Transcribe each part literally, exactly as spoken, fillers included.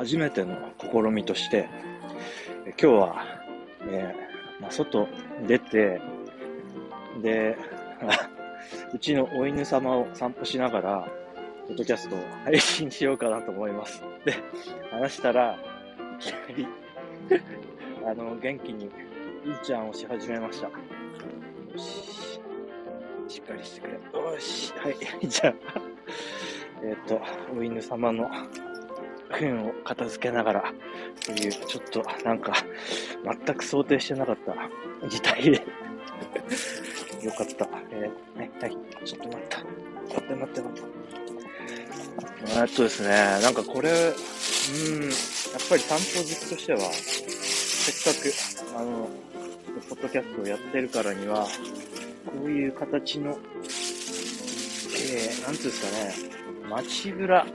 初めての試みとして、今日は、えーまあ、外出て、で、うちのお犬様を散歩しながら、ポッドキャストを配信しようかなと思います。で、話したら、いきなり、あの、元気に、いいちゃんをし始めました。よし。しっかりしてくれ。よし。はい。じゃあ、えっと、お犬様の糞を片付けながら、という、ちょっと、なんか、全く想定してなかった事態で、よかった。えー、はい、はい。ちょっと待った。待って待って待って。えっとですね、なんかこれ、うーん、やっぱり散歩好きとしては、せっかく、あの、ポッドキャストをやってるからには、こういう形の、えー、なんつうんですかね、街ブラ、ポッ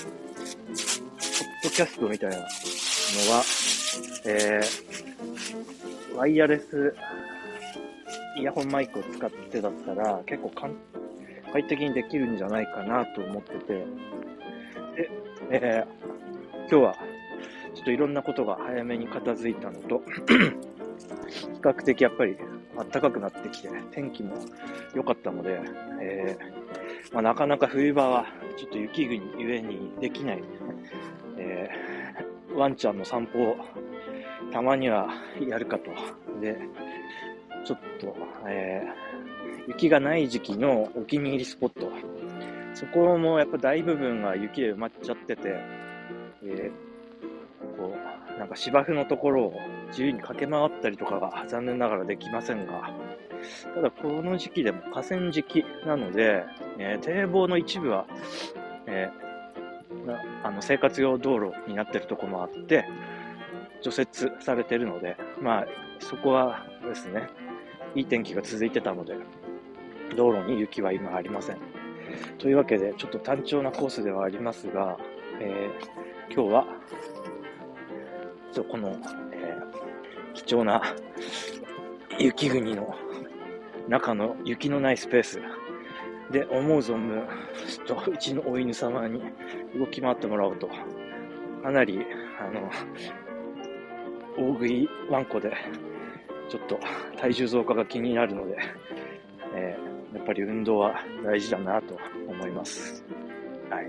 ドキャストみたいなのは、えー、ワイヤレスイヤホンマイクを使ってだったら、結構快適にできるんじゃないかなと思ってて、で、えー、今日は、ちょっといろんなことが早めに片付いたのと、比較的やっぱり暖かくなってきて、天気も良かったので、えーまあ、なかなか冬場はちょっと雪国ゆえにできない、えー、ワンちゃんの散歩をたまにはやるかと。で、ちょっと、えー、雪がない時期のお気に入りスポット。そこもやっぱ大部分が雪で埋まっちゃってて、えー、こう、なんか芝生のところを自由に駆け回ったりとかが残念ながらできませんが、ただこの時期でも河川敷なので、えー、堤防の一部は、えー、あの生活用道路になってるところもあって、除雪されてるので、まあそこはですね、いい天気が続いてたので、道路に雪は今ありません。というわけで、ちょっと単調なコースではありますが、えー、今日は、この、えー、貴重な雪国の中の雪のないスペースで思う存分、ちょっとうちのお犬様に動き回ってもらおうと、かなり、あの、大食いワンコで、ちょっと体重増加が気になるので、えー、やっぱり運動は大事だなと思います。はい。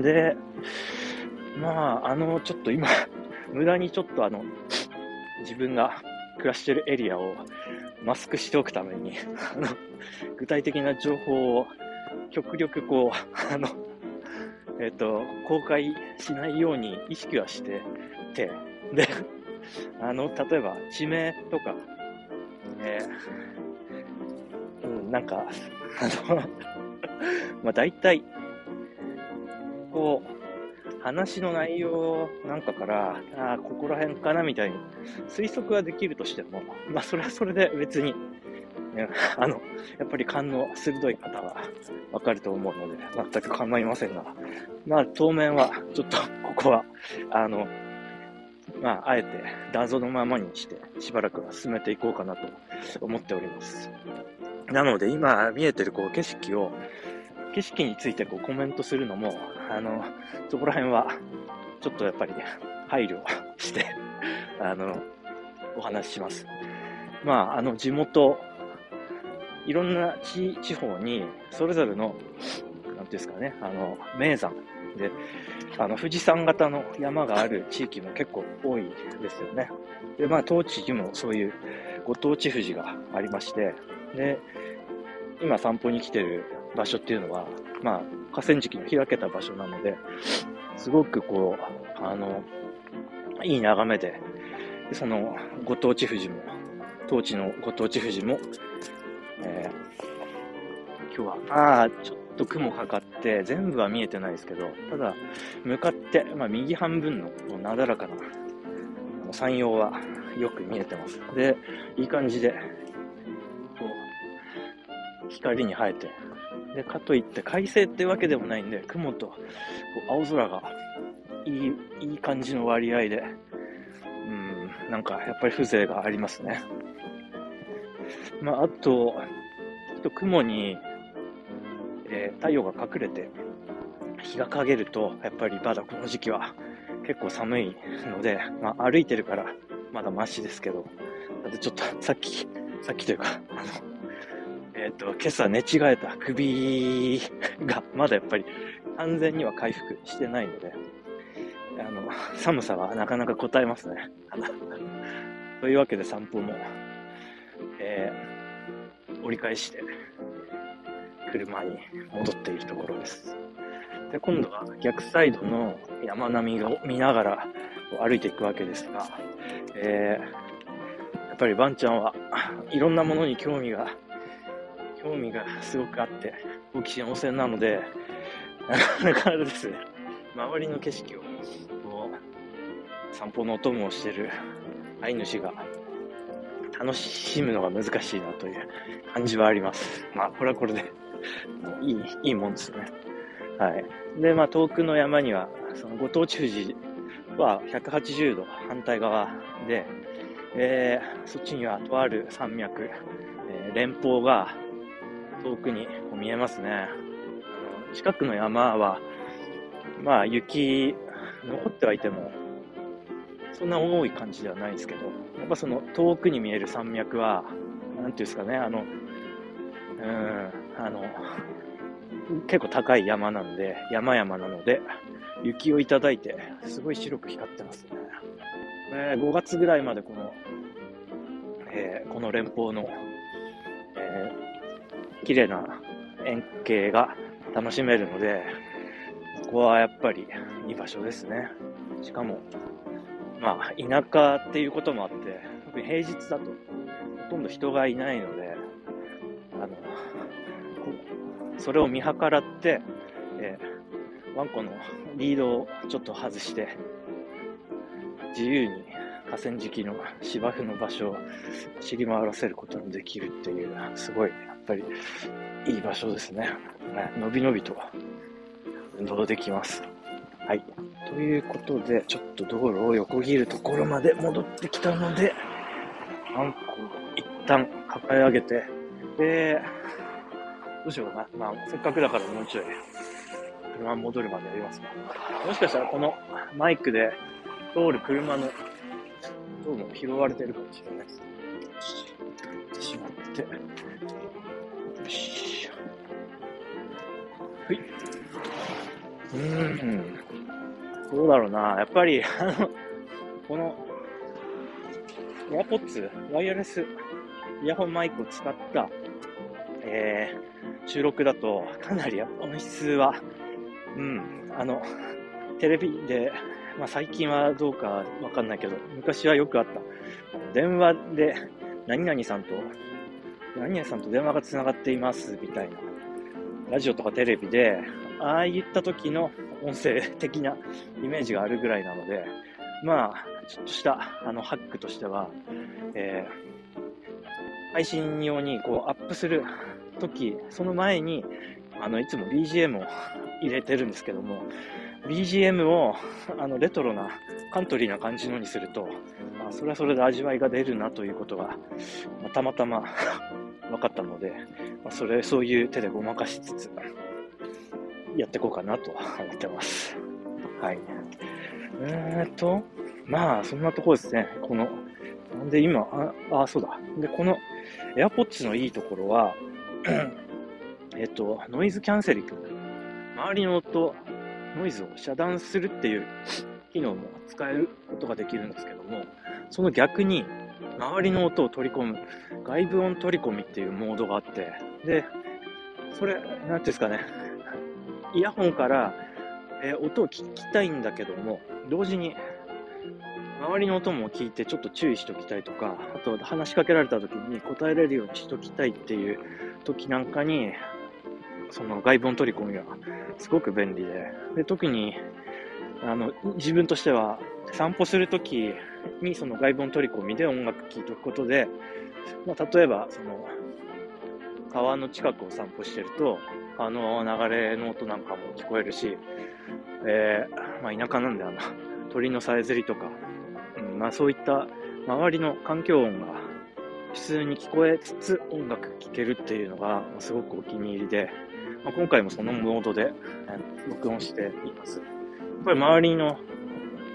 で、まあ、あの、ちょっと今、無駄にちょっとあの、自分が暮らしてるエリアをマスクしておくために、あの、具体的な情報を極力こう、あの、えっと、公開しないように意識はしてて、で、あの、例えば地名とか、えー、うん、なんか、あの、まあ大体、こう、話の内容なんかから、ああ、ここら辺かなみたいに推測はできるとしても、まあそれはそれで別に、ね、あの、やっぱり勘の鋭い方はわかると思うので、全く構いませんが、まあ当面は、ちょっとここは、あの、まああえて謎のままにして、しばらくは進めていこうかなと思っております。なので今見えてるこう景色を、景色についてこうコメントするのも、あの、そこら辺は、ちょっとやっぱり配慮して、あの、お話しします。まあ、あの、地元、いろんな地、地方に、それぞれの、なんていうんですかね、あの、名山で、あの、富士山型の山がある地域も結構多いですよね。で、まあ、当地にもそういうご当地富士がありまして、で、今散歩に来てる場所っていうのは、まあ、河川敷の開けた場所なので、すごくこう、あの、いい眺めで、その、ご当地富士も、当地のご当地富士も、えー、今日は、ああ、ちょっと雲かかって、全部は見えてないですけど、ただ、向かって、まあ、右半分のなだらかな山陽はよく見えてます。で、いい感じで、こう、光に映えて、で、かといって快晴ってわけでもないんで、雲とこう青空がいい、いい感じの割合で、うん、なんかやっぱり風情がありますね。まあ、あと、ちょっと雲に、えー、太陽が隠れて、日が陰ると、やっぱりまだこの時期は結構寒いので、まあ、歩いてるからまだマシですけど、だってちょっとさっき、さっきというか、あの、えっと、今朝寝違えた首がまだやっぱり完全には回復してないので、あの、寒さはなかなかこたえますね。というわけで散歩も、えー、折り返して、車に戻っているところです。で、今度は逆サイドの山並みを見ながら歩いていくわけですが、えー、やっぱりバンちゃんはいろんなものに興味が、興味がすごくあって、好奇心旺盛なので、なかなかですね、周りの景色をこう散歩のお供をしている飼い主が楽しむのが難しいなという感じはあります。まあ、これはこれでいい、いいもんですね。はい。で、まあ、遠くの山には、そのご当地富士はひゃくはちじゅうど反対側で、えー、そっちにはとある山脈、えー、連峰が遠くにこう見えますね。あの近くの山は、まあ、雪、残ってはいても、そんな多い感じではないですけど、やっぱその遠くに見える山脈は、なんていうんですかね、あの、うーん、あの、結構高い山なんで、山々なので、雪をいただいて、すごい白く光ってますね。えー、ごがつぐらいまでこの、えー、この連峰の、えー、綺麗な円形が楽しめるので、ここはやっぱりいい場所ですね。しかも、まあ、田舎っていうこともあって、特に平日だとほとんど人がいないので、あの、それを見計らって、えー、ワンコのリードをちょっと外して、自由に河川敷の芝生の場所を走り回らせることのできるっていう、すごい、やっぱりいい場所ですね。ね、のびのびと運動できます。はい。ということで、ちょっと道路を横切るところまで戻ってきたので、ワンコを一旦抱え上げて、で、どうしようかな。まあ、せっかくだからもうちょい、車戻るまでやりますか。もしかしたらこのマイクで通る車の音も拾われてるかもしれないです。しまって。よし。はい。うーん。どうだろうな。やっぱり、あの、この、AirPods、ワイヤレスイヤホンマイクを使った、えー、収録だと、かなり音質は、うん、あの、テレビで、まあ最近はどうかわかんないけど、昔はよくあった。電話で、何々さんと、何々さんと電話が繋がっています、みたいな。ラジオとかテレビで、ああいった時の音声的なイメージがあるぐらいなので、まあ、ちょっとした、あの、ハックとしては、えー、配信用にこうアップする時、その前に、あの、いつも ビージーエム を入れてるんですけども、ビージーエム を、あの、レトロな、カントリーな感じのにすると、まあ、それはそれで味わいが出るなということが、まあ、たまたま分かったので、まあ、それ、そういう手でごまかしつつ、やっていこうかなと思ってます。はい。えーと、まあ、そんなところですね。この、なんで今、あ、あ、そうだ。で、この AirPods のいいところは、えっと、ノイズキャンセリング。周りの音、ノイズを遮断するっていう機能も使えることができるんですけども、その逆に、周りの音を取り込む、外部音取り込みっていうモードがあって、で、それ、なんていうんですかね、イヤホンから、えー、音を聞きたいんだけども、同時に、周りの音も聞いてちょっと注意しときたいとか、あと話しかけられた時に答えれるようにしときたいっていう時なんかに、その外部音取り込みがすごく便利で、で、特に、あの、自分としては散歩するときにその外部音取り込みで音楽聴いておくことで、まあ、例えば、その、川の近くを散歩してると、川の流れの音なんかも聞こえるし、えー、まあ田舎なんであの、鳥のさえずりとか、うん、まあそういった周りの環境音が普通に聞こえつつ音楽聴けるっていうのが、まあ、すごくお気に入りで、まあ、今回もそのモードで、えー、録音しています。やっぱり周りの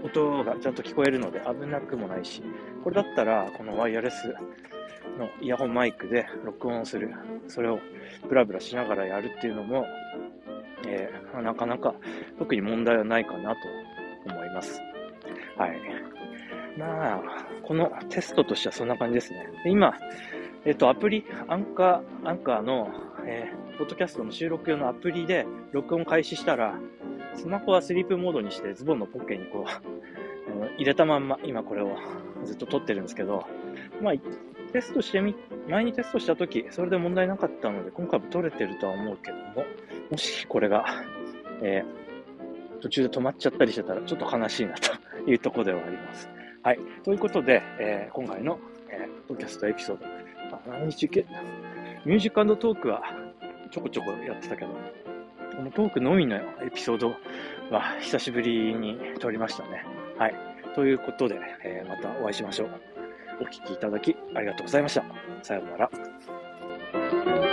音がちゃんと聞こえるので危なくもないし、これだったらこのワイヤレスのイヤホンマイクで録音する、それをブラブラしながらやるっていうのも、えー、なかなか特に問題はないかなと思います。はい。まあ、このテストとしてはそんな感じですね。で今、えっと、アプリ、アンカー、アンカーの、えー、ポッドキャストの収録用のアプリで録音開始したら、スマホはスリープモードにしてズボンのポッケにこう、入れたまんま、今これをずっと撮ってるんですけど、まあ、テストしてみ、前にテストしたとき、それで問題なかったので、今回も撮れてるとは思うけども、もしこれが、えー、途中で止まっちゃったりしてたら、ちょっと悲しいなというところではあります。はい。ということで、えー、今回の、えー、ポッドキャストエピソード、何日け、ミュージック&トークはちょこちょこやってたけど、このトークのみのエピソードは久しぶりに撮りましたね。はい。ということで、えー、またお会いしましょう。お聞きいただきありがとうございました。さようなら。